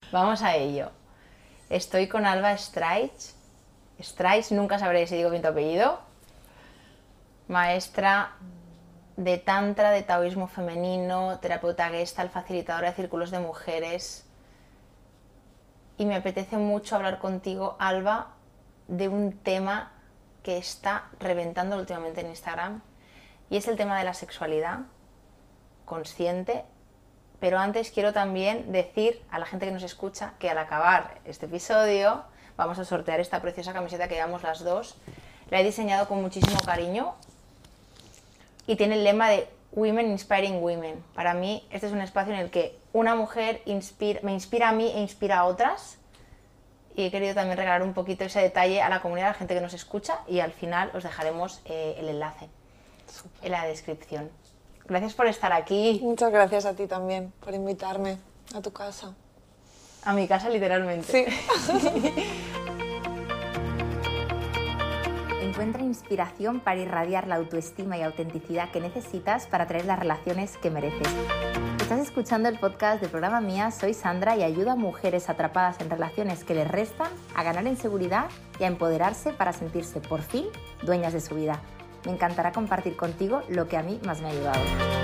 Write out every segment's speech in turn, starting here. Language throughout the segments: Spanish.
Vamos a ello. Estoy con Alba Straich. Straich, nunca sabré si digo bien tu apellido. Maestra de Tantra, de Taoísmo femenino, terapeuta Gestalt, facilitadora de círculos de mujeres. Y me apetece mucho hablar contigo, Alba, de un tema que está reventando últimamente en Instagram. Y es el tema de la sexualidad consciente. Pero antes quiero también decir a la gente que nos escucha que al acabar este episodio vamos a sortear esta preciosa camiseta que llevamos las dos. La he diseñado con muchísimo cariño y tiene el lema de Women Inspiring Women. Para mí este es un espacio en el que una mujer me inspira a mí e inspira a otras. Y he querido también regalar un poquito ese detalle a la comunidad, a la gente que nos escucha, y al final os dejaremos el enlace en la descripción. Gracias por estar aquí. Muchas gracias a ti también por invitarme a tu casa. A mi casa, literalmente. Sí. Encuentra inspiración para irradiar la autoestima y autenticidad que necesitas para traer las relaciones que mereces. Estás escuchando el podcast del programa Mía, soy Sandra y ayudo a mujeres atrapadas en relaciones que les restan a ganar en seguridad y a empoderarse para sentirse por fin dueñas de su vida. Me encantará compartir contigo lo que a mí más me ha ayudado.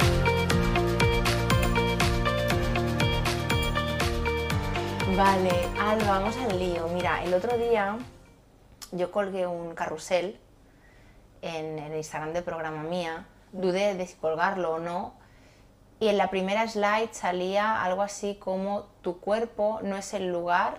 Vale, Alba, vamos al lío. Mira, el otro día yo colgué un carrusel en el Instagram del programa Mía. Dudé de si colgarlo o no. Y en la primera slide salía algo así como: tu cuerpo no es el lugar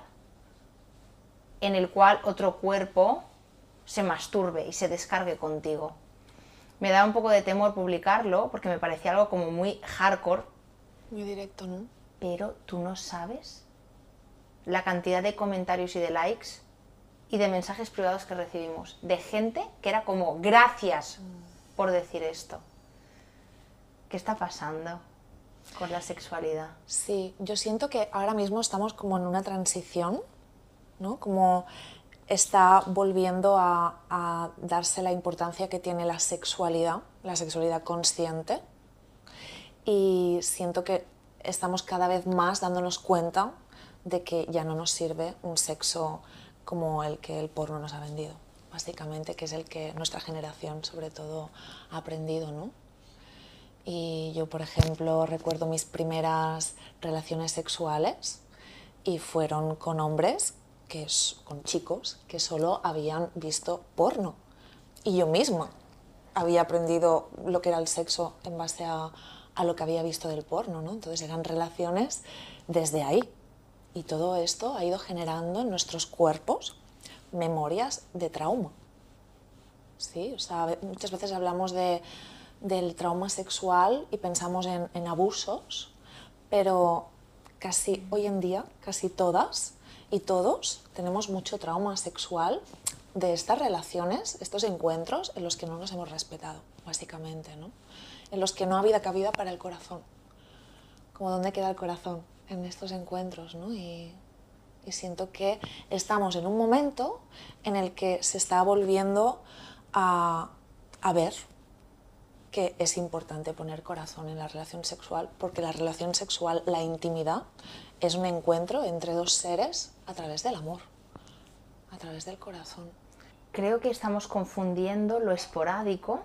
en el cual otro cuerpo se masturbe y se descargue contigo. Me da un poco de temor publicarlo porque me parecía algo como muy hardcore. Muy directo, ¿no? Pero tú no sabes la cantidad de comentarios y de likes y de mensajes privados que recibimos de gente que era como: gracias por decir esto. ¿Qué está pasando con la sexualidad? Sí, yo siento que ahora mismo estamos como en una transición, ¿no? Como está volviendo a darse la importancia que tiene la sexualidad consciente, y siento que estamos cada vez más dándonos cuenta de que ya no nos sirve un sexo como el que el porno nos ha vendido, básicamente, que es el que nuestra generación sobre todo ha aprendido, ¿no? Y yo, por ejemplo, recuerdo mis primeras relaciones sexuales y fueron con hombres, con chicos que solo habían visto porno. Y yo misma había aprendido lo que era el sexo en base a lo que había visto del porno, ¿no? Entonces eran relaciones desde ahí. Y todo esto ha ido generando en nuestros cuerpos memorias de trauma. ¿Sí? O sea, muchas veces hablamos del trauma sexual y pensamos en abusos, pero hoy en día casi todas y todos tenemos mucho trauma sexual de estas relaciones, estos encuentros en los que no nos hemos respetado, básicamente, ¿no? En los que no ha habido cabida para el corazón. Como dónde queda el corazón en estos encuentros, ¿no? Y siento que estamos en un momento en el que se está volviendo a ver que es importante poner corazón en la relación sexual, porque la relación sexual, la intimidad, es un encuentro entre dos seres a través del amor, a través del corazón. Creo que estamos confundiendo lo esporádico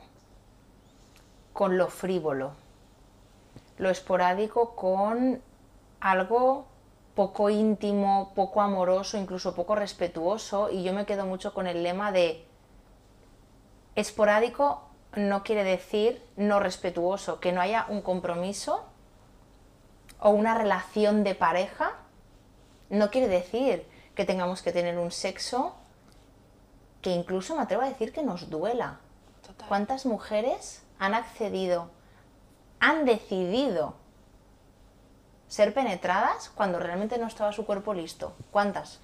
con lo frívolo. Lo esporádico con algo poco íntimo, poco amoroso, incluso poco respetuoso, y yo me quedo mucho con el lema de esporádico no quiere decir no respetuoso, que no haya un compromiso o una relación de pareja no quiere decir que tengamos que tener un sexo que incluso me atrevo a decir que nos duela. Total. ¿Cuántas mujeres han accedido, han decidido ser penetradas cuando realmente no estaba su cuerpo listo? ¿Cuántas?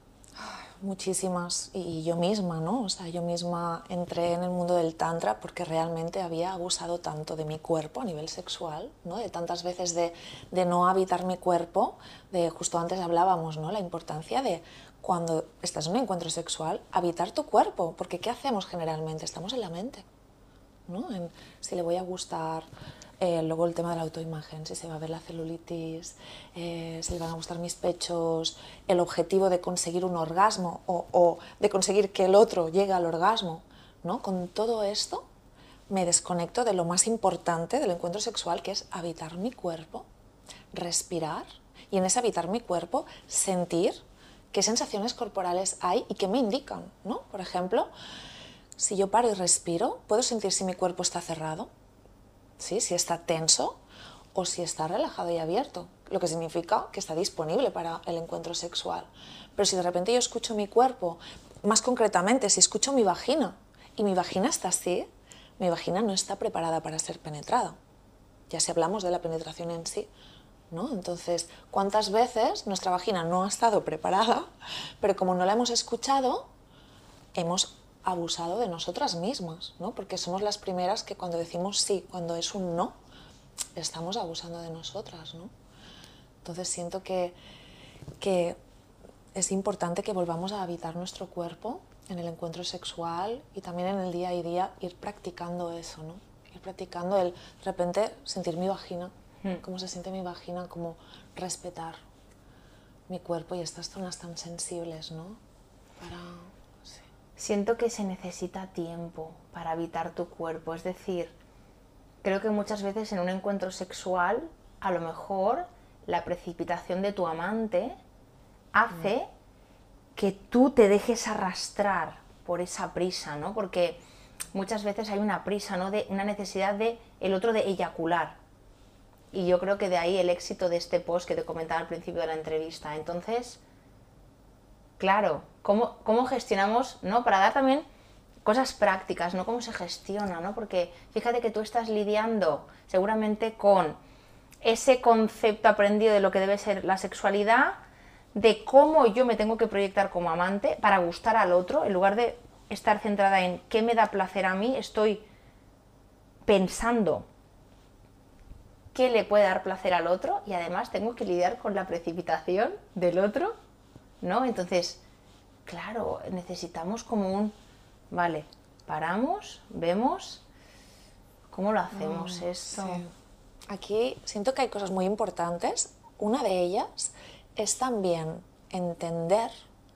Muchísimas, y yo misma, ¿no? O sea, yo misma entré en el mundo del tantra porque realmente había abusado tanto de mi cuerpo a nivel sexual, ¿no? De tantas veces de no habitar mi cuerpo, de justo antes hablábamos, ¿no? La importancia de cuando estás en un encuentro sexual, habitar tu cuerpo, porque ¿qué hacemos generalmente? Estamos en la mente, ¿no? En si le voy a gustar Luego el tema de la autoimagen, si se va a ver la celulitis, si le van a gustar mis pechos, el objetivo de conseguir un orgasmo o de conseguir que el otro llegue al orgasmo, ¿no? Con todo esto me desconecto de lo más importante del encuentro sexual, que es habitar mi cuerpo, respirar y en ese habitar mi cuerpo sentir qué sensaciones corporales hay y qué me indican, ¿no? Por ejemplo, si yo paro y respiro, puedo sentir si mi cuerpo está cerrado, ¿sí? Si está tenso o si está relajado y abierto, lo que significa que está disponible para el encuentro sexual. Pero si de repente yo escucho mi cuerpo, más concretamente, si escucho mi vagina y mi vagina está así, mi vagina no está preparada para ser penetrada. Ya si hablamos de la penetración en sí, ¿no? Entonces, ¿cuántas veces nuestra vagina no ha estado preparada, pero como no la hemos escuchado, hemos abusado de nosotras mismas, ¿no? Porque somos las primeras que cuando decimos sí, cuando es un no, estamos abusando de nosotras, ¿no? Entonces siento que es importante que volvamos a habitar nuestro cuerpo en el encuentro sexual y también en el día a día ir practicando eso, ¿no? Ir practicando el, de repente, sentir mi vagina, cómo se siente mi vagina, como respetar mi cuerpo y estas zonas tan sensibles, ¿no? Sí. Siento que se necesita tiempo para habitar tu cuerpo, es decir, creo que muchas veces en un encuentro sexual, a lo mejor la precipitación de tu amante hace que tú te dejes arrastrar por esa prisa, ¿no? Porque muchas veces hay una prisa, ¿no? De una necesidad de el otro de eyacular. Y yo creo que de ahí el éxito de este post que te comentaba al principio de la entrevista. Entonces, claro, ¿cómo gestionamos, ¿no? Para dar también cosas prácticas, ¿no? Cómo se gestiona, ¿no? Porque fíjate que tú estás lidiando seguramente con ese concepto aprendido de lo que debe ser la sexualidad, de cómo yo me tengo que proyectar como amante para gustar al otro, en lugar de estar centrada en qué me da placer a mí, estoy pensando qué le puede dar placer al otro y además tengo que lidiar con la precipitación del otro, ¿no? Entonces, claro, necesitamos como vale, paramos, vemos, ¿cómo lo hacemos esto? Sí. Aquí siento que hay cosas muy importantes. Una de ellas es también entender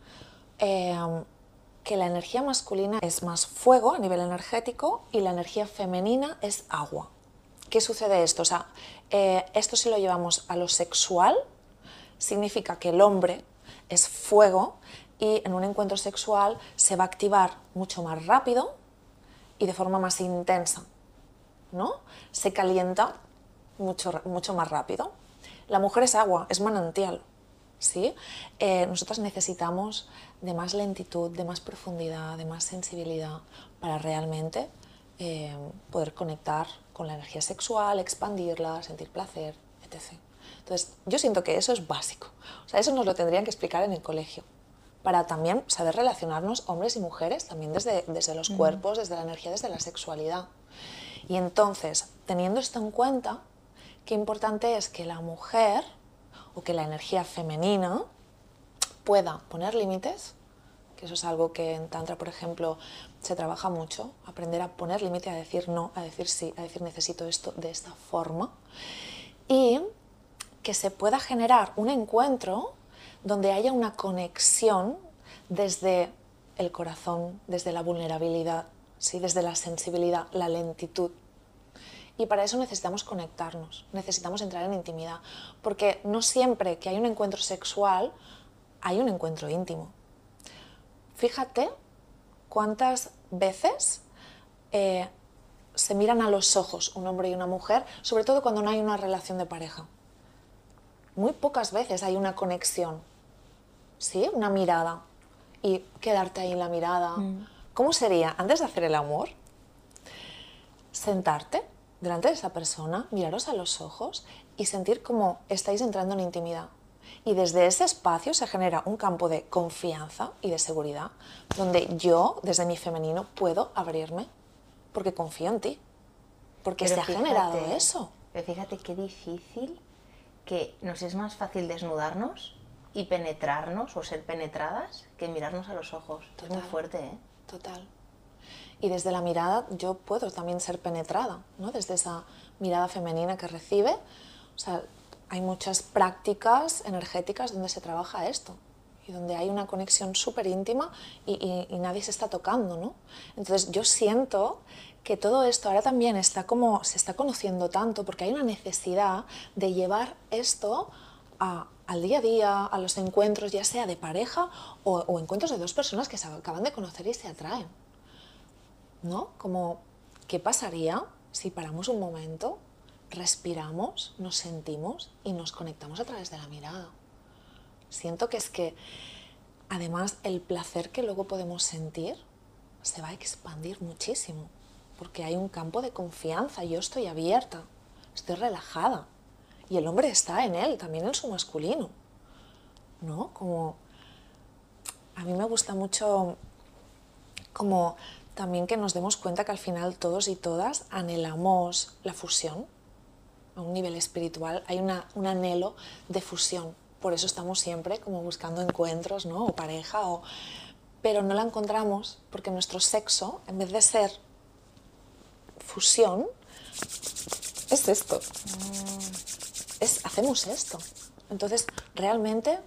que la energía masculina es más fuego a nivel energético y la energía femenina es agua. ¿Qué sucede esto? O sea, esto si lo llevamos a lo sexual, significa que el hombre es fuego y en un encuentro sexual se va a activar mucho más rápido y de forma más intensa, ¿no? Se calienta mucho más rápido. La mujer es agua, es manantial, ¿sí? Nosotras necesitamos de más lentitud, de más profundidad, de más sensibilidad para realmente poder conectar con la energía sexual, expandirla, sentir placer, etc. Entonces, yo siento que eso es básico. O sea, eso nos lo tendrían que explicar en el colegio, para también saber relacionarnos hombres y mujeres, también desde los cuerpos, desde la energía, desde la sexualidad. Y entonces, teniendo esto en cuenta, qué importante es que la mujer o que la energía femenina pueda poner límites, que eso es algo que en Tantra, por ejemplo, se trabaja mucho, aprender a poner límite, a decir no, a decir sí, a decir necesito esto de esta forma, y que se pueda generar un encuentro donde haya una conexión desde el corazón, desde la vulnerabilidad, ¿sí? Desde la sensibilidad, la lentitud. Y para eso necesitamos conectarnos, necesitamos entrar en intimidad, porque no siempre que hay un encuentro sexual hay un encuentro íntimo. Fíjate cuántas veces se miran a los ojos un hombre y una mujer, sobre todo cuando no hay una relación de pareja. Muy pocas veces hay una conexión, ¿sí? Una mirada y quedarte ahí en la mirada. ¿Cómo sería, antes de hacer el amor, sentarte delante de esa persona, miraros a los ojos y sentir cómo estáis entrando en intimidad? Y desde ese espacio se genera un campo de confianza y de seguridad, donde yo, desde mi femenino, puedo abrirme porque confío en ti, porque se ha generado eso. Pero fíjate qué difícil, que nos es más fácil desnudarnos y penetrarnos o ser penetradas que mirarnos a los ojos. Total, es muy fuerte, ¿eh? Total. Y desde la mirada yo puedo también ser penetrada, ¿no? Desde esa mirada femenina que recibe. O sea, hay muchas prácticas energéticas donde se trabaja esto y donde hay una conexión súper íntima y nadie se está tocando, ¿no? Entonces yo siento que todo esto ahora también se está conociendo tanto porque hay una necesidad de llevar esto al día a día, a los encuentros, ya sea de pareja o encuentros de dos personas que se acaban de conocer y se atraen, ¿no? Como, ¿qué pasaría si paramos un momento, respiramos, nos sentimos y nos conectamos a través de la mirada? Siento que es que, además, el placer que luego podemos sentir se va a expandir muchísimo, porque hay un campo de confianza, yo estoy abierta, estoy relajada, y el hombre está en él, también en su masculino, ¿no? Como, a mí me gusta mucho como también que nos demos cuenta que al final todos y todas anhelamos la fusión. A un nivel espiritual hay un anhelo de fusión. Por eso estamos siempre como buscando encuentros, ¿no? O pareja, pero no la encontramos porque nuestro sexo, en vez de ser fusión, es esto. Hacemos esto. Entonces, realmente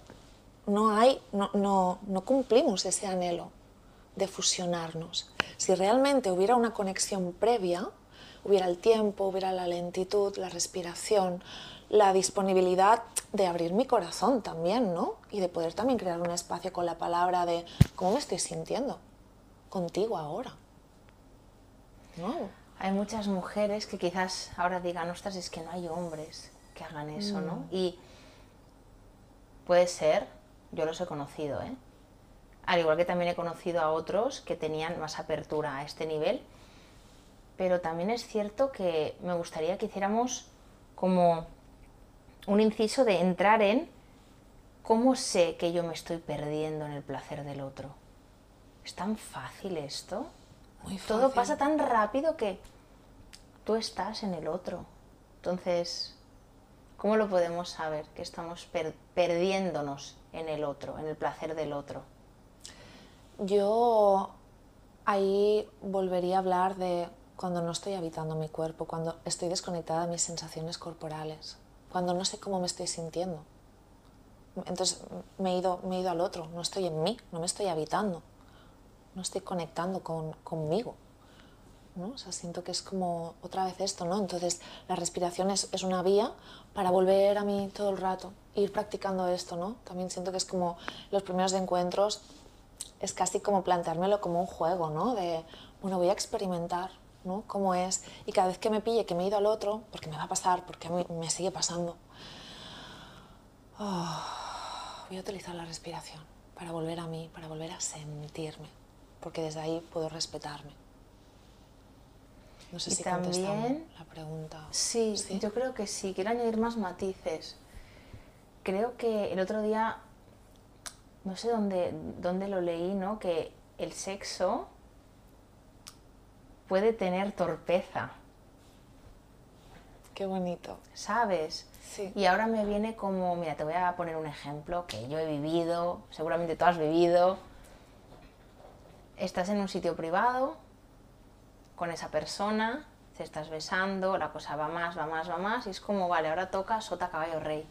no cumplimos ese anhelo de fusionarnos. Si realmente hubiera una conexión previa, hubiera el tiempo, hubiera la lentitud, la respiración, la disponibilidad de abrir mi corazón también, ¿no? Y de poder también crear un espacio con la palabra de cómo me estoy sintiendo contigo ahora, ¿no? Hay muchas mujeres que quizás ahora digan, ostras, es que no hay hombres que hagan eso, ¿no? Y puede ser, yo los he conocido, ¿eh? Al igual que también he conocido a otros que tenían más apertura a este nivel, pero también es cierto que me gustaría que hiciéramos como un inciso de entrar en cómo sé que yo me estoy perdiendo en el placer del otro. ¿Es tan fácil esto? Muy fácil. Todo pasa tan rápido que tú estás en el otro. Entonces, ¿cómo lo podemos saber que estamos perdiéndonos en el otro, en el placer del otro? Yo ahí volvería a hablar de cuando no estoy habitando mi cuerpo, cuando estoy desconectada de mis sensaciones corporales, cuando no sé cómo me estoy sintiendo. Entonces me he ido al otro, no estoy en mí, no me estoy habitando, no estoy conectando conmigo, ¿no? O sea, siento que es como otra vez esto, ¿no? Entonces la respiración es una vía para volver a mí todo el rato, ir practicando esto, ¿no? También siento que es como los primeros encuentros, es casi como planteármelo como un juego, ¿no? De, bueno, voy a experimentar, ¿no? Cómo es, y cada vez que me pille que me he ido al otro, porque me va a pasar, porque a mí me sigue pasando, voy a utilizar la respiración para volver a mí, para volver a sentirme, porque desde ahí puedo respetarme. No sé si también la pregunta. Sí, yo creo que sí. Quiero añadir más matices. Creo que el otro día, no sé dónde lo leí, ¿no? Que el sexo puede tener torpeza. Qué bonito. ¿Sabes? Sí. Y ahora me viene como, mira, te voy a poner un ejemplo que yo he vivido, seguramente tú has vivido. Estás en un sitio privado con esa persona, te estás besando, la cosa va más, y es como, vale, ahora toca sota, caballo, rey.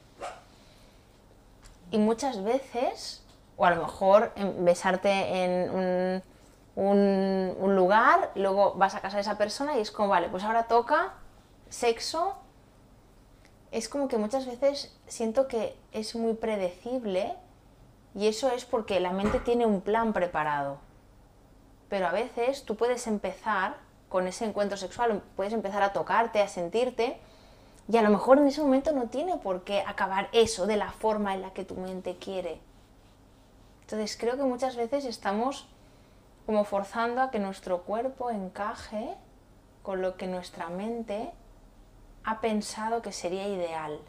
Y muchas veces, o a lo mejor besarte en un lugar, luego vas a casa de esa persona y es como, vale, pues ahora toca sexo. Es como que muchas veces siento que es muy predecible y eso es porque la mente tiene un plan preparado. Pero a veces tú puedes empezar con ese encuentro sexual, puedes empezar a tocarte, a sentirte, y a lo mejor en ese momento no tiene por qué acabar eso de la forma en la que tu mente quiere. Entonces creo que muchas veces estamos como forzando a que nuestro cuerpo encaje con lo que nuestra mente ha pensado que sería ideal.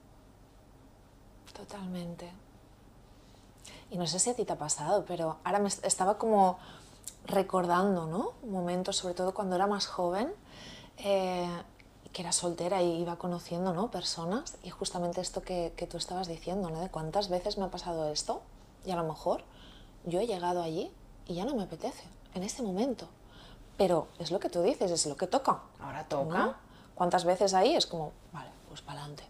Totalmente. Y no sé si a ti te ha pasado, pero ahora me estaba como recordando, ¿no? Momentos, sobre todo cuando era más joven, que era soltera y iba conociendo, ¿no? Personas, y justamente esto que tú estabas diciendo, ¿no? De cuántas veces me ha pasado esto, y a lo mejor yo he llegado allí y ya no me apetece, en ese momento. Pero es lo que tú dices, es lo que toca. Ahora toca. ¿No? ¿Cuántas veces ahí? Es como, vale, pues para adelante.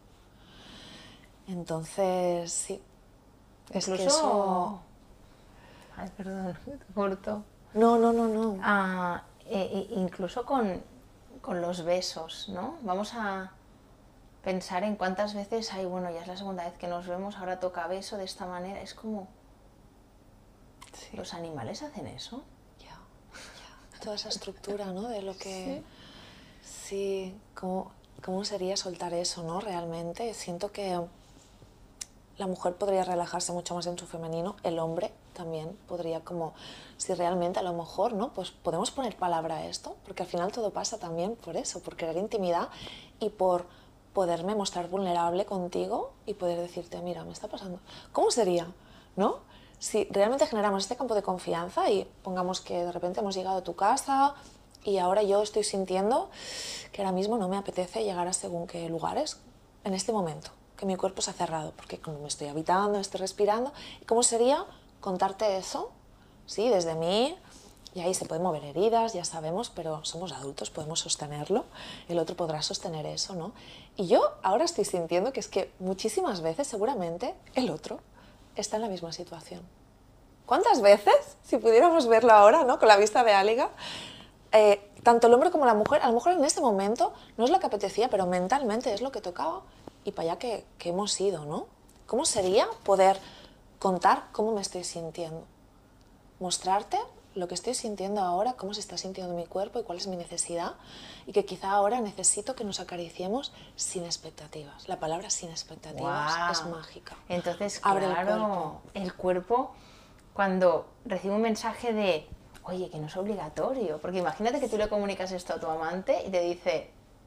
Entonces, sí. Es que eso... Ay, perdón, te corto. No, no, no, no. Incluso con los besos, ¿no? Vamos a pensar en cuántas veces hay, bueno, ya es la segunda vez que nos vemos, ahora toca beso de esta manera. Es como... Sí. ¿Los animales hacen eso? Ya. Toda esa estructura, ¿no? De lo que... Sí, ¿cómo sería soltar eso, ¿no? Realmente siento que la mujer podría relajarse mucho más en su femenino, el hombre también podría como, si realmente a lo mejor, ¿no? Pues podemos poner palabra a esto, porque al final todo pasa también por eso, por querer intimidad y por poderme mostrar vulnerable contigo y poder decirte, mira, me está pasando. ¿Cómo sería, no? Si realmente generamos este campo de confianza y pongamos que de repente hemos llegado a tu casa y ahora yo estoy sintiendo que ahora mismo no me apetece llegar a según qué lugares en este momento, que mi cuerpo se ha cerrado, porque como me estoy habitando, estoy respirando. ¿Cómo sería contarte eso? Sí, desde mí, y ahí se pueden mover heridas, ya sabemos, pero somos adultos, podemos sostenerlo, el otro podrá sostener eso, ¿no? Y yo ahora estoy sintiendo que es que muchísimas veces seguramente el otro está en la misma situación. ¿Cuántas veces, si pudiéramos verlo ahora, ¿no? Con la vista de Áliga, tanto el hombre como la mujer, a lo mejor en este momento no es lo que apetecía, pero mentalmente es lo que tocaba y para allá que hemos ido, ¿no? ¿Cómo sería poder contar cómo me estoy sintiendo? Mostrarte lo que estoy sintiendo ahora, cómo se está sintiendo mi cuerpo y cuál es mi necesidad y que quizá ahora necesito que nos acariciemos sin expectativas. La palabra sin expectativas es mágica. Entonces, abre claro, el cuerpo cuando recibe un mensaje de oye, que no es obligatorio, porque imagínate que tú le comunicas esto a tu amante y te dice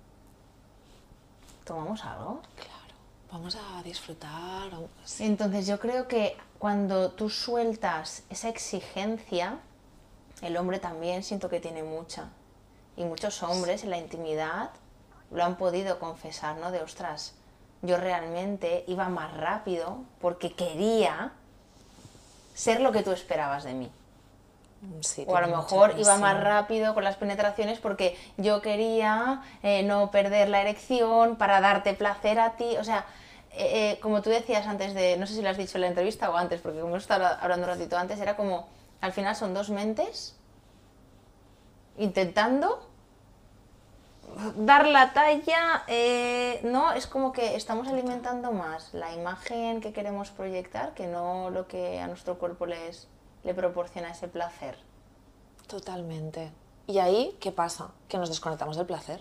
¿tomamos algo? Claro, vamos a disfrutar. Sí. Entonces yo creo que cuando tú sueltas esa exigencia, el hombre también siento que tiene mucha. Y muchos hombres en la intimidad lo han podido confesar, ¿no? De ostras, yo realmente iba más rápido porque quería ser lo que tú esperabas de mí. Sí, o a lo mejor iba más rápido con las penetraciones porque yo quería no perder la erección para darte placer a ti. O sea, como tú decías antes de, no sé si lo has dicho en la entrevista o antes, porque como hemos estado hablando un ratito antes, era como, al final son dos mentes intentando dar la talla, no, es como que estamos alimentando más la imagen que queremos proyectar que no lo que a nuestro cuerpo le proporciona ese placer. Totalmente. ¿Y ahí qué pasa? Que nos desconectamos del placer.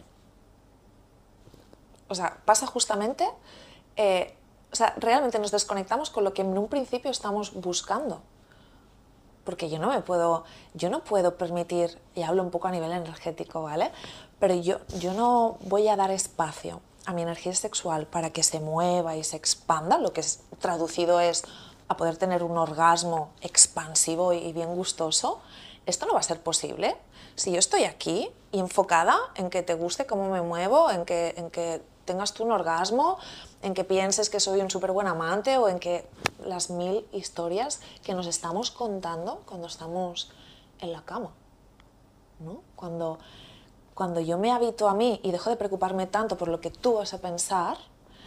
O sea, pasa justamente, realmente nos desconectamos con lo que en un principio estamos buscando. Porque yo no puedo permitir, y hablo un poco a nivel energético, ¿vale? Pero yo no voy a dar espacio a mi energía sexual para que se mueva y se expanda, lo que es traducido es a poder tener un orgasmo expansivo y bien gustoso. Esto no va a ser posible si yo estoy aquí y enfocada en que te guste cómo me muevo, en que tengas tú un orgasmo, en que pienses que soy un súper buen amante o en que las 1000 historias que nos estamos contando cuando estamos en la cama, ¿no? Cuando yo me habito a mí y dejo de preocuparme tanto por lo que tú vas a pensar,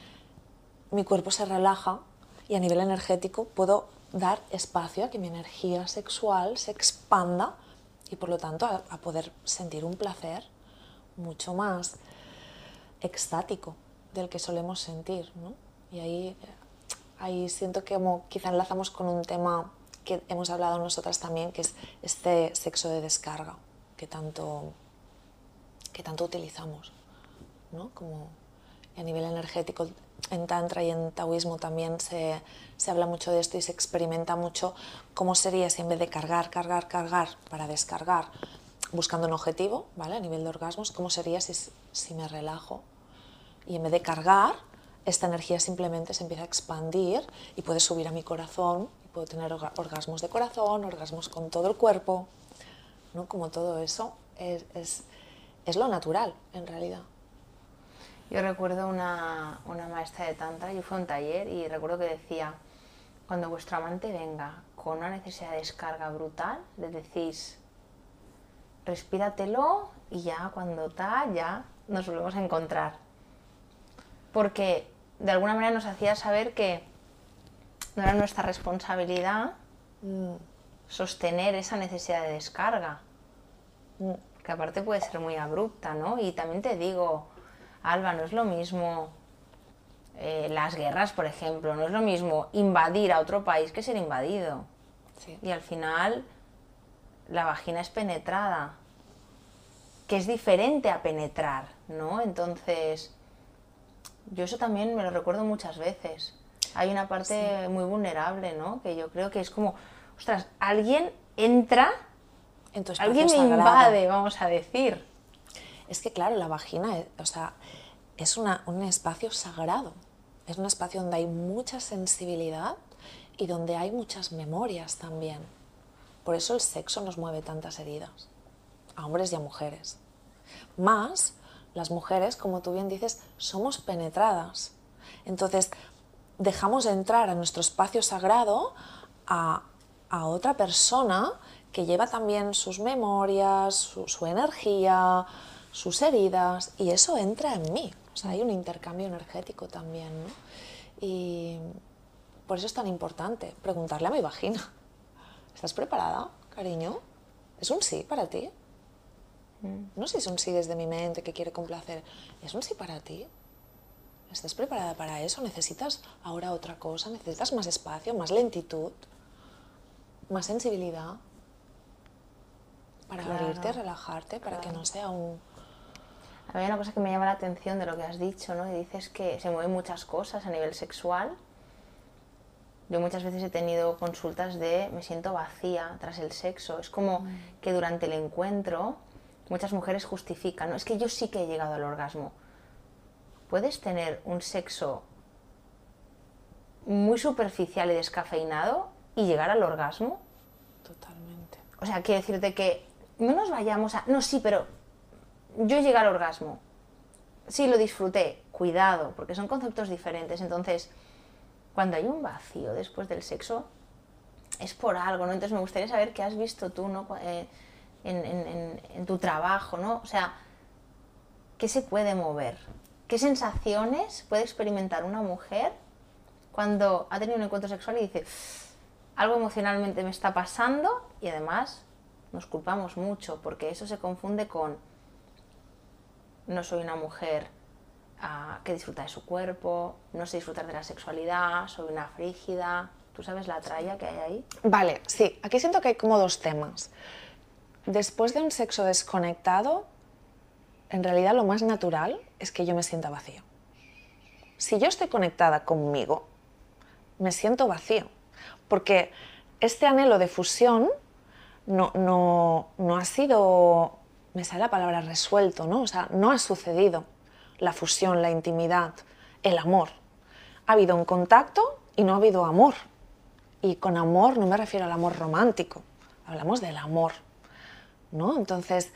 mi cuerpo se relaja y a nivel energético puedo dar espacio a que mi energía sexual se expanda y por lo tanto a poder sentir un placer mucho más extático del que solemos sentir, ¿no? Y ahí siento que quizá enlazamos con un tema que hemos hablado nosotras también, que es este sexo de descarga que tanto utilizamos, ¿no? Como a nivel energético, en Tantra y en Taoísmo también se habla mucho de esto y se experimenta mucho cómo sería si en vez de cargar para descargar, buscando un objetivo, ¿vale? A nivel de orgasmos, cómo sería si me relajo y en vez de cargar, esta energía simplemente se empieza a expandir y puede subir a mi corazón y puedo tener orgasmos de corazón, orgasmos con todo el cuerpo, ¿no? Como todo eso es lo natural en realidad. Yo recuerdo una maestra de Tantra, yo fui a un taller y recuerdo que decía, cuando vuestro amante venga con una necesidad de descarga brutal, le decís, respíratelo y ya cuando ya nos volvemos a encontrar. Porque de alguna manera nos hacía saber que no era nuestra responsabilidad sostener esa necesidad de descarga. Que aparte puede ser muy abrupta, ¿no? Y también te digo, Alba, no es lo mismo las guerras, por ejemplo, no es lo mismo invadir a otro país que ser invadido. Sí. Y al final la vagina es penetrada, que es diferente a penetrar, ¿no? Entonces, yo eso también me lo recuerdo muchas veces. Hay una parte muy vulnerable, ¿no? Que yo creo que es como, ostras, alguien entra, En tu espacio alguien me sagrado. invade, vamos a decir. Es que claro, la vagina, o sea, es un espacio sagrado. Es un espacio donde hay mucha sensibilidad y donde hay muchas memorias también. Por eso el sexo nos mueve tantas heridas, a hombres y a mujeres. Más, las mujeres, como tú bien dices, somos penetradas. Entonces, dejamos entrar a nuestro espacio sagrado a otra persona que lleva también sus memorias, su energía, sus heridas, y eso entra en mí. O sea, hay un intercambio energético también, ¿no? Y por eso es tan importante preguntarle a mi vagina: ¿estás preparada, cariño? ¿Es un sí para ti? No sé si es un sí desde mi mente que quiere complacer. ¿Es un sí para ti? ¿Estás preparada para eso? ¿Necesitas ahora otra cosa? ¿Necesitas más espacio, más lentitud, más sensibilidad? Para Claro, abrirte, relajarte, para que no sea un... A mí hay una cosa que me llama la atención de lo que has dicho, ¿no? Y dices que se mueven muchas cosas a nivel sexual. Yo muchas veces he tenido consultas de me siento vacía tras el sexo. Es como que durante el encuentro muchas mujeres justifican, ¿no? Es que yo sí que he llegado al orgasmo. Puedes tener un sexo muy superficial y descafeinado y llegar al orgasmo. Totalmente. O sea, quiero decirte que no nos vayamos a... No, sí, pero yo llegué al orgasmo. Sí, lo disfruté. Cuidado, porque son conceptos diferentes. Entonces, cuando hay un vacío después del sexo, es por algo, ¿no? Entonces me gustaría saber qué has visto tú, ¿no? En tu trabajo, ¿no? O sea, ¿qué se puede mover? ¿Qué sensaciones puede experimentar una mujer cuando ha tenido un encuentro sexual y dice, algo emocionalmente me está pasando? Y además nos culpamos mucho porque eso se confunde con no soy una mujer que disfruta de su cuerpo, no sé disfrutar de la sexualidad, soy una frígida. ¿Tú sabes la tralla que hay ahí? Vale, sí, aquí siento que hay como dos temas. Después de un sexo desconectado, en realidad lo más natural es que yo me sienta vacío. Si yo estoy conectada conmigo, me siento vacío, porque este anhelo de fusión no ha sido, me sale la palabra resuelto, ¿no? O sea, no ha sucedido la fusión, la intimidad, el amor. Ha habido un contacto y no ha habido amor. Y con amor no me refiero al amor romántico, hablamos del amor, ¿no? Entonces,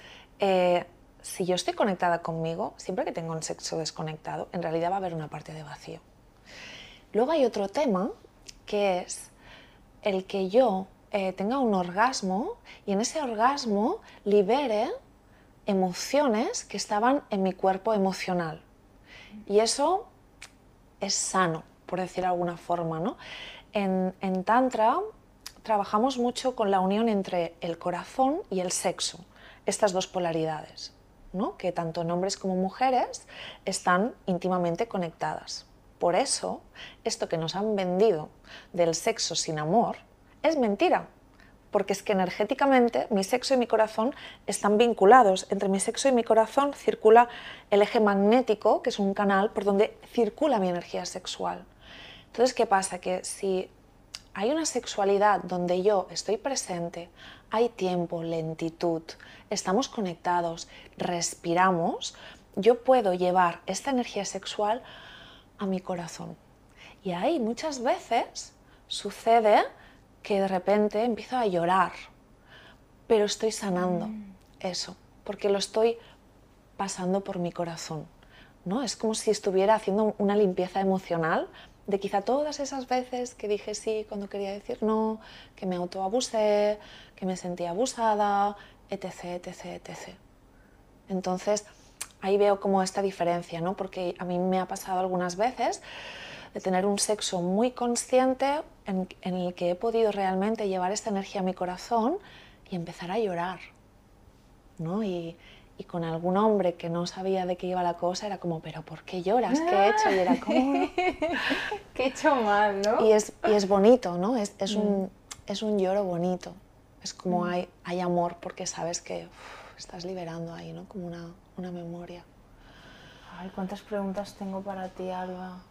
si yo estoy conectada conmigo, siempre que tengo un sexo desconectado, en realidad va a haber una parte de vacío. Luego hay otro tema, que es el que yo tenga un orgasmo y en ese orgasmo libere emociones que estaban en mi cuerpo emocional. Y eso es sano, por decir de alguna forma, ¿no? En Tantra trabajamos mucho con la unión entre el corazón y el sexo, estas dos polaridades, ¿no? Que tanto en hombres como mujeres están íntimamente conectadas. Por eso, esto que nos han vendido del sexo sin amor es mentira, porque es que energéticamente mi sexo y mi corazón están vinculados. Entre mi sexo y mi corazón circula el eje magnético, que es un canal por donde circula mi energía sexual. Entonces, ¿qué pasa? Que si hay una sexualidad donde yo estoy presente, hay tiempo, lentitud, estamos conectados, respiramos, yo puedo llevar esta energía sexual a mi corazón. Y ahí muchas veces sucede que de repente empiezo a llorar, pero estoy sanando eso, porque lo estoy pasando por mi corazón, ¿no? Es como si estuviera haciendo una limpieza emocional de quizá todas esas veces que dije sí cuando quería decir no, que me autoabusé, que me sentía abusada, etc, etc, etc. Entonces, ahí veo como esta diferencia, ¿no? Porque a mí me ha pasado algunas veces de tener un sexo muy consciente en el que he podido realmente llevar esta energía a mi corazón y empezar a llorar, ¿no? Y con algún hombre que no sabía de qué iba la cosa era como, ¿pero por qué lloras? ¿Qué he hecho? Y era como... ¿Qué he hecho mal, no? Y es bonito, ¿no? Es un lloro bonito. Es como hay amor porque sabes que estás liberando ahí, ¿no? Como una memoria. Ay, cuántas preguntas tengo para ti, Alba.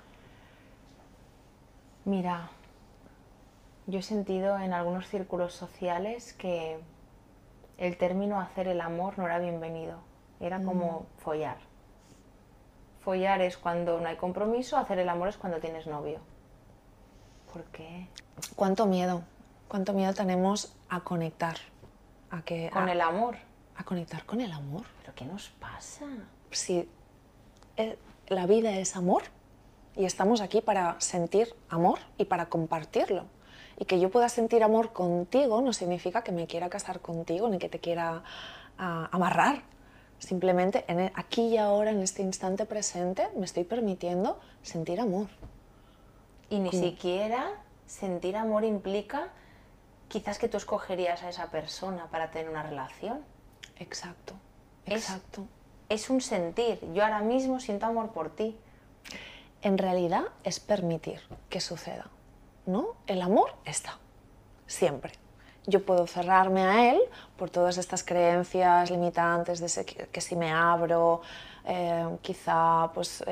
Mira, yo he sentido en algunos círculos sociales que el término hacer el amor no era bienvenido. Era como follar. Follar es cuando no hay compromiso, hacer el amor es cuando tienes novio. ¿Por qué? Cuánto miedo tenemos a conectar. Con el amor. A conectar con el amor. ¿Pero qué nos pasa? Si la vida es amor y estamos aquí para sentir amor y para compartirlo. Y que yo pueda sentir amor contigo no significa que me quiera casar contigo ni que te quiera amarrar. Simplemente aquí y ahora, en este instante presente, me estoy permitiendo sentir amor. Y ni siquiera sentir amor implica quizás que tú escogerías a esa persona para tener una relación. Exacto. Es un sentir. Yo ahora mismo siento amor por ti. En realidad es permitir que suceda, ¿no? El amor está, siempre. Yo puedo cerrarme a él por todas estas creencias limitantes de que si me abro, quizá pues,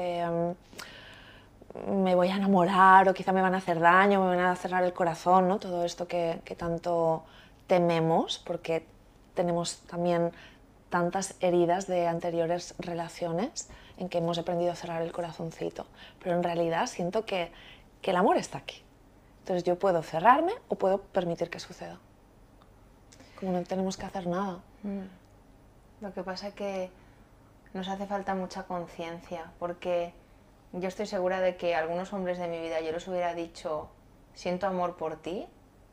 me voy a enamorar o quizá me van a hacer daño, me van a cerrar el corazón, ¿no? Todo esto que tanto tememos porque tenemos también tantas heridas de anteriores relaciones en que hemos aprendido a cerrar el corazoncito. Pero en realidad siento que el amor está aquí. Entonces yo puedo cerrarme o puedo permitir que suceda. Como no tenemos que hacer nada. Lo que pasa es que nos hace falta mucha conciencia, porque yo estoy segura de que algunos hombres de mi vida yo les hubiera dicho, siento amor por ti.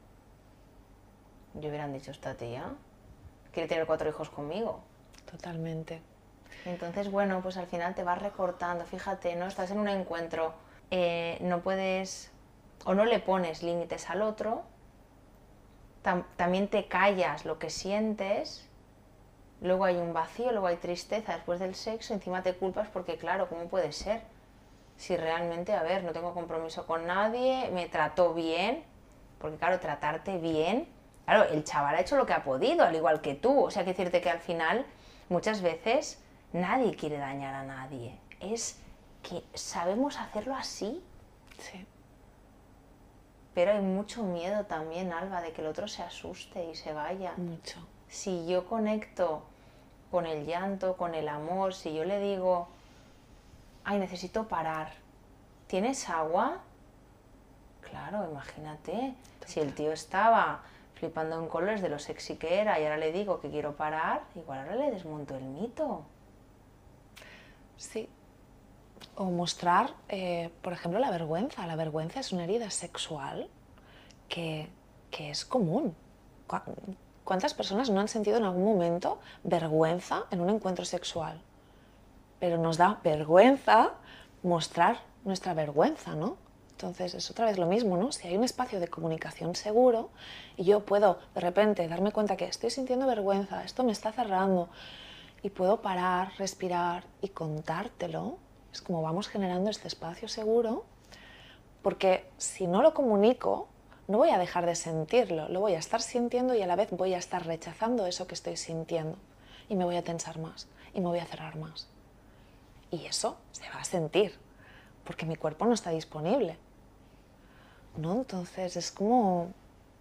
Yo hubieran dicho, esta tía quiere tener 4 hijos conmigo. Totalmente. Entonces, bueno, pues al final te vas recortando. Fíjate, ¿no? Estás en un encuentro, no puedes o no le pones límites al otro, también te callas lo que sientes, luego hay un vacío, luego hay tristeza después del sexo, encima te culpas porque, claro, ¿cómo puede ser? Si realmente, a ver, no tengo compromiso con nadie, me trató bien, porque claro, tratarte bien, claro, el chaval ha hecho lo que ha podido, al igual que tú, o sea, que decirte que al final, muchas veces, nadie quiere dañar a nadie, es que sabemos hacerlo así. Sí. Pero hay mucho miedo también, Alba, de que el otro se asuste y se vaya. Mucho. Si yo conecto con el llanto, con el amor, si yo le digo, ay, necesito parar, ¿tienes agua? Claro, imagínate, si el tío estaba flipando en colores de lo sexy que era y ahora le digo que quiero parar, igual ahora le desmonto el mito. Sí. O mostrar, por ejemplo, la vergüenza. La vergüenza es una herida sexual que es común. ¿Cuántas personas no han sentido en algún momento vergüenza en un encuentro sexual? Pero nos da vergüenza mostrar nuestra vergüenza, ¿no? Entonces es otra vez lo mismo, ¿no? Si hay un espacio de comunicación seguro y yo puedo de repente darme cuenta que estoy sintiendo vergüenza, esto me está cerrando, y puedo parar, respirar y contártelo, es como vamos generando este espacio seguro, porque si no lo comunico, no voy a dejar de sentirlo, lo voy a estar sintiendo y a la vez voy a estar rechazando eso que estoy sintiendo y me voy a tensar más y me voy a cerrar más. Y eso se va a sentir, porque mi cuerpo no está disponible, ¿no? Entonces es como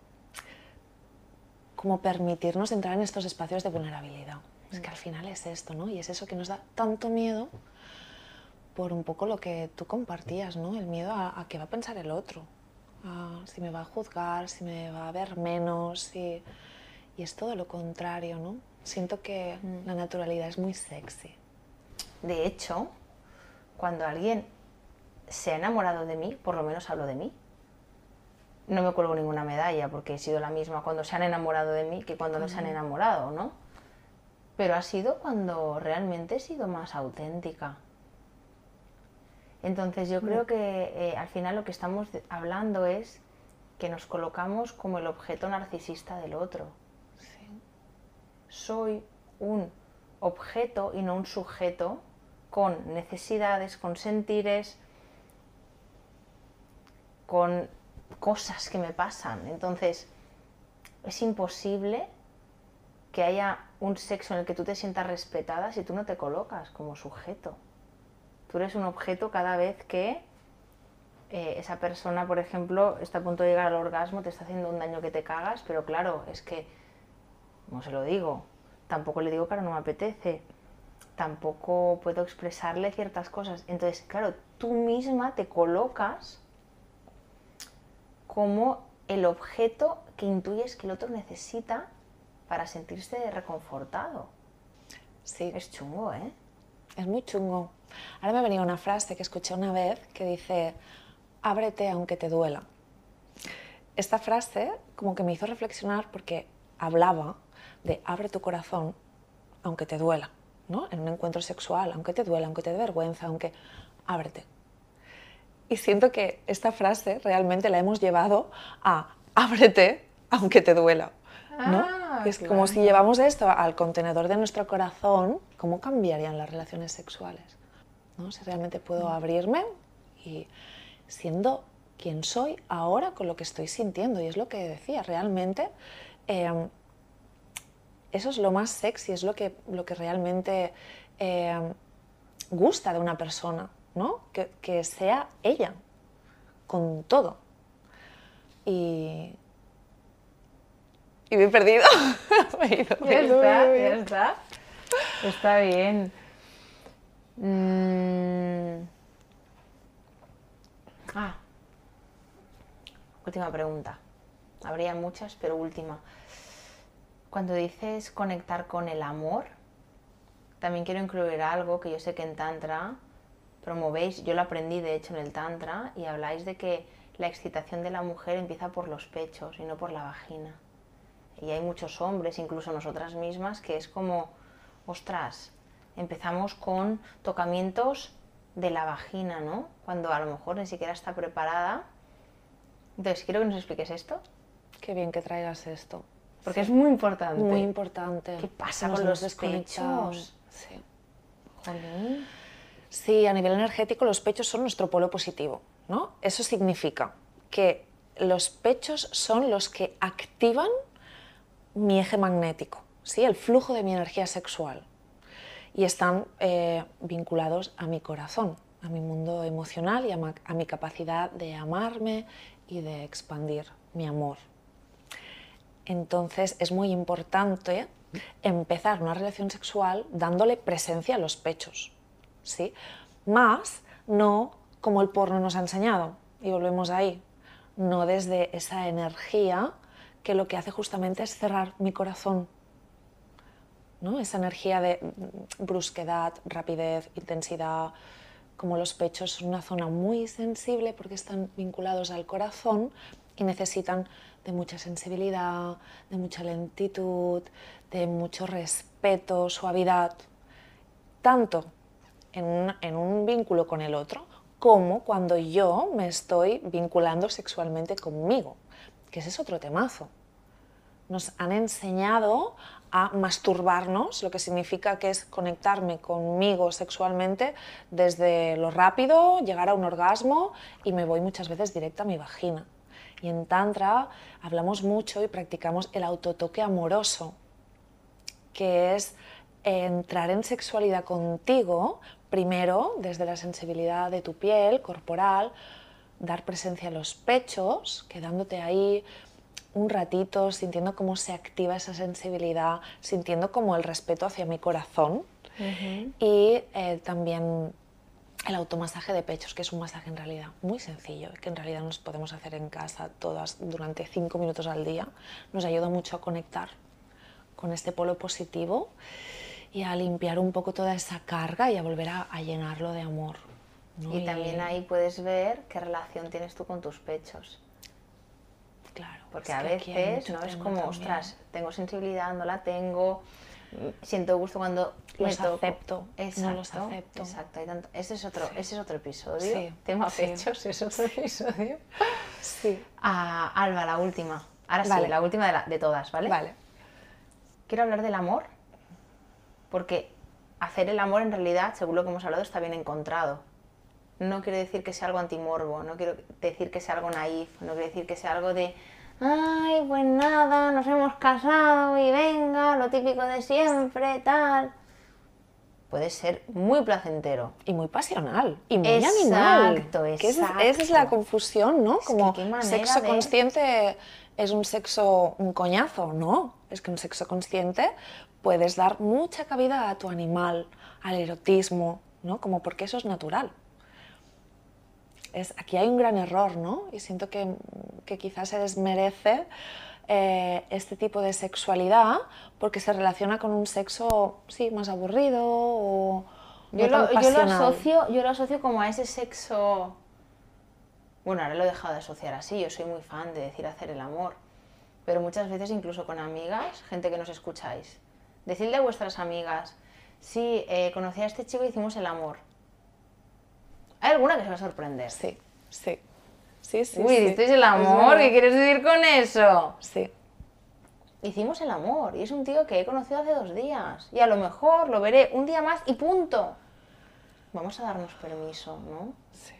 permitirnos entrar en estos espacios de vulnerabilidad. Es que al final es esto, ¿no? Y es eso que nos da tanto miedo por un poco lo que tú compartías, ¿no? El miedo a qué va a pensar el otro, a si me va a juzgar, si me va a ver menos, y es todo lo contrario, ¿no? Siento que la naturalidad es muy sexy. De hecho, cuando alguien se ha enamorado de mí, por lo menos hablo de mí, no me cuelgo ninguna medalla porque he sido la misma cuando se han enamorado de mí que cuando no se han enamorado, ¿no? pero ha sido cuando realmente he sido más auténtica. Entonces yo creo que al final lo que estamos hablando es que nos colocamos como el objeto narcisista del otro. Sí. Soy un objeto y no un sujeto con necesidades, con sentires, con cosas que me pasan. Entonces es imposible que haya un sexo en el que tú te sientas respetada si tú no te colocas como sujeto. Tú eres un objeto cada vez que esa persona, por ejemplo, está a punto de llegar al orgasmo, te está haciendo un daño que te cagas, pero claro, es que, no se lo digo, tampoco le digo que ahora no me apetece, tampoco puedo expresarle ciertas cosas. Entonces, claro, tú misma te colocas como el objeto que intuyes que el otro necesita para sentirse reconfortado. Sí. Es chungo, ¿eh? Es muy chungo. Ahora me ha venido una frase que escuché una vez que dice, ábrete aunque te duela. Esta frase como que me hizo reflexionar porque hablaba de abre tu corazón aunque te duela, ¿no? En un encuentro sexual, aunque te duela, aunque te dé vergüenza, aunque ábrete. Y siento que esta frase realmente la hemos llevado a ábrete aunque te duela, ¿no? Es claro. como si llevamos esto al contenedor de nuestro corazón, ¿cómo cambiarían las relaciones sexuales? ¿No? Si realmente puedo abrirme y siendo quien soy ahora con lo que estoy sintiendo. Y es lo que decía, realmente eso es lo más sexy, es lo que realmente gusta de una persona, ¿no? Que sea ella, con todo. Y me he perdido. Ya está. Está bien. Última pregunta. Habría muchas, pero última. Cuando dices conectar con el amor, también quiero incluir algo que yo sé que en Tantra promovéis, yo lo aprendí de hecho en el Tantra, y habláis de que la excitación de la mujer empieza por los pechos y no por la vagina. Y hay muchos hombres, incluso nosotras mismas, que es como, ostras, empezamos con tocamientos de la vagina, ¿no? Cuando a lo mejor ni siquiera está preparada. Entonces, quiero que nos expliques esto. Qué bien que traigas esto. Porque es muy importante. Muy importante. ¿Qué pasa Nos con los hemos desconectado. pechos? Sí. Jolín. Sí, a nivel energético los pechos son nuestro polo positivo, ¿no? Eso significa que los pechos son los que activan mi eje magnético, ¿sí? El flujo de mi energía sexual. Y están vinculados a mi corazón, a mi mundo emocional y a mi capacidad de amarme y de expandir mi amor. Entonces es muy importante empezar una relación sexual dándole presencia a los pechos, ¿sí? Más no como el porno nos ha enseñado, y volvemos ahí, no desde esa energía que lo que hace justamente es cerrar mi corazón, ¿no? Esa energía de brusquedad, rapidez, intensidad, como los pechos son una zona muy sensible porque están vinculados al corazón y necesitan de mucha sensibilidad, de mucha lentitud, de mucho respeto, suavidad, tanto en un vínculo con el otro como cuando yo me estoy vinculando sexualmente conmigo, que ese es otro temazo. Nos han enseñado a masturbarnos, lo que significa que es conectarme conmigo sexualmente desde lo rápido, llegar a un orgasmo y me voy muchas veces directa a mi vagina. Y en Tantra hablamos mucho y practicamos el autotoque amoroso, que es entrar en sexualidad contigo, primero desde la sensibilidad de tu piel corporal, dar presencia a los pechos, quedándote ahí un ratito, sintiendo cómo se activa esa sensibilidad, sintiendo como el respeto hacia mi corazón. Y también el automasaje de pechos, que es un masaje en realidad muy sencillo, que en realidad nos podemos hacer en casa todas durante 5 minutos al día. Nos ayuda mucho a conectar con este polo positivo y a limpiar un poco toda esa carga y a volver a llenarlo de amor, ¿no? Y también ahí puedes ver qué relación tienes tú con tus pechos. Claro, porque a veces no es como, ostras, tengo sensibilidad, no la tengo, siento gusto cuando Los me toco. acepto, no los acepto. Exacto, hay tanto. Ese es otro episodio. Sí, Tema sí. pechos es otro episodio. Sí. Alba, la última. Ahora Vale. sí, la última de todas, ¿vale? Vale. Quiero hablar del amor, porque hacer el amor en realidad, según lo que hemos hablado, está bien encontrado. No quiero decir que sea algo antimorbo, no quiero decir que sea algo naif, no quiero decir que sea algo de ay, pues nada, nos hemos casado y venga, lo típico de siempre, tal. Puede ser muy placentero. Y muy pasional, y muy Exacto, animal. Que exacto. esa es la confusión, ¿no? Es Como que qué manera sexo de- consciente es un sexo, un coñazo, no. Es que un sexo consciente puedes dar mucha cabida a tu animal, al erotismo, ¿no? Como porque eso es natural. Aquí hay un gran error, ¿no? Y siento que quizás se desmerece este tipo de sexualidad porque se relaciona con un sexo, sí, más aburrido o no Yo tan lo pasional. asocio como a ese sexo. Bueno, ahora lo he dejado de asociar así, yo soy muy fan de decir hacer el amor. Pero muchas veces, incluso con amigas, gente que nos escucháis, decidle a vuestras amigas, sí, conocí a este chico y hicimos el amor. Hay alguna que se va a sorprender. Sí, sí. Sí, sí, Uy, sí. ¿disteis el amor? Es verdad. ¿Qué quieres decir con eso? Sí, Hicimos el amor y es un tío que he conocido hace 2 días y a lo mejor lo veré un día más y punto. Vamos a darnos permiso, ¿no? sí.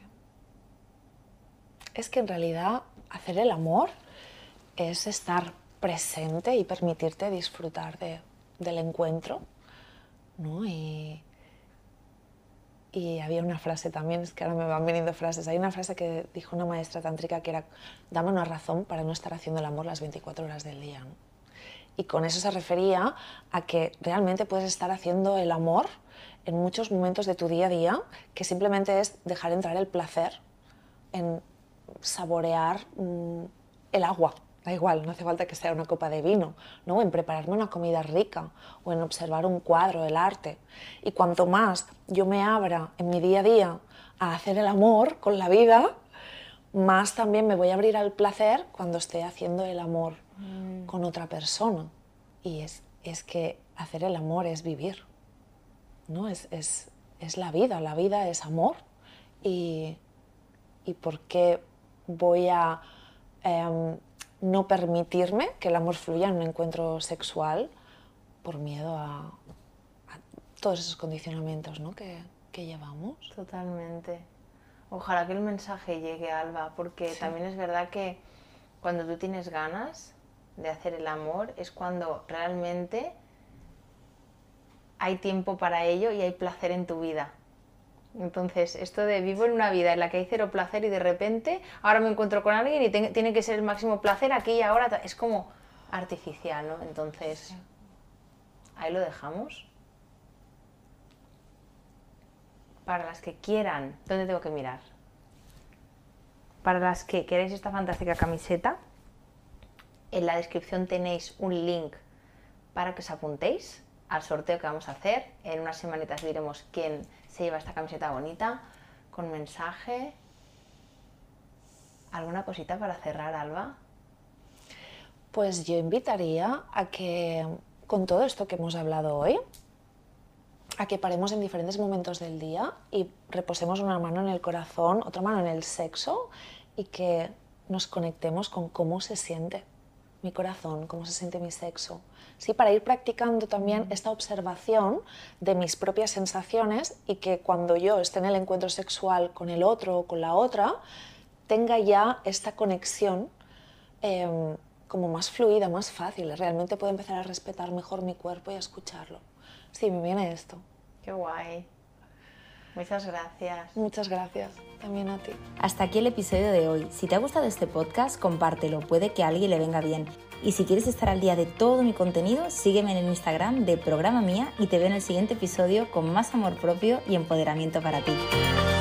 Es que en realidad hacer el amor es estar presente y permitirte disfrutar del encuentro, ¿no? Y había una frase también, es que ahora me van viniendo frases, hay una frase que dijo una maestra tántrica que era, dame una razón para no estar haciendo el amor las 24 horas del día, ¿no? Y con eso se refería a que realmente puedes estar haciendo el amor en muchos momentos de tu día a día, que simplemente es dejar entrar el placer en saborear el agua. Da igual, no hace falta que sea una copa de vino, ¿no? O en prepararme una comida rica o en observar un cuadro, el arte. Y cuanto más yo me abra en mi día a día a hacer el amor con la vida, más también me voy a abrir al placer cuando esté haciendo el amor con otra persona. Y es que hacer el amor es vivir, ¿no? Es la vida es amor. Y ¿por qué voy a no permitirme que el amor fluya en un encuentro sexual por miedo a todos esos condicionamientos, ¿no? que llevamos? Totalmente. Ojalá que el mensaje llegue, Alba, porque también es verdad que cuando tú tienes ganas de hacer el amor es cuando realmente hay tiempo para ello y hay placer en tu vida. Entonces, esto de vivo en una vida en la que hay cero placer y de repente ahora me encuentro con alguien y tiene que ser el máximo placer aquí y ahora, es como artificial, ¿no? Entonces, ahí lo dejamos. Para las que quieran, ¿dónde tengo que mirar? Para las que queréis esta fantástica camiseta, en la descripción tenéis un link para que os apuntéis al sorteo que vamos a hacer. En unas semanitas diremos quién se lleva esta camiseta bonita, con mensaje. ¿Alguna cosita para cerrar, Alba? Pues yo invitaría a que, con todo esto que hemos hablado hoy, a que paremos en diferentes momentos del día y reposemos una mano en el corazón, otra mano en el sexo y que nos conectemos con cómo se siente mi corazón, cómo se siente mi sexo. Sí, para ir practicando también esta observación de mis propias sensaciones y que cuando yo esté en el encuentro sexual con el otro o con la otra, tenga ya esta conexión como más fluida, más fácil. Realmente puedo empezar a respetar mejor mi cuerpo y a escucharlo. Sí, me viene esto. Qué guay. Muchas gracias. Muchas gracias, también a ti. Hasta aquí el episodio de hoy. Si te ha gustado este podcast, compártelo, puede que a alguien le venga bien. Y si quieres estar al día de todo mi contenido, sígueme en el Instagram de Programa Mía y te veo en el siguiente episodio con más amor propio y empoderamiento para ti.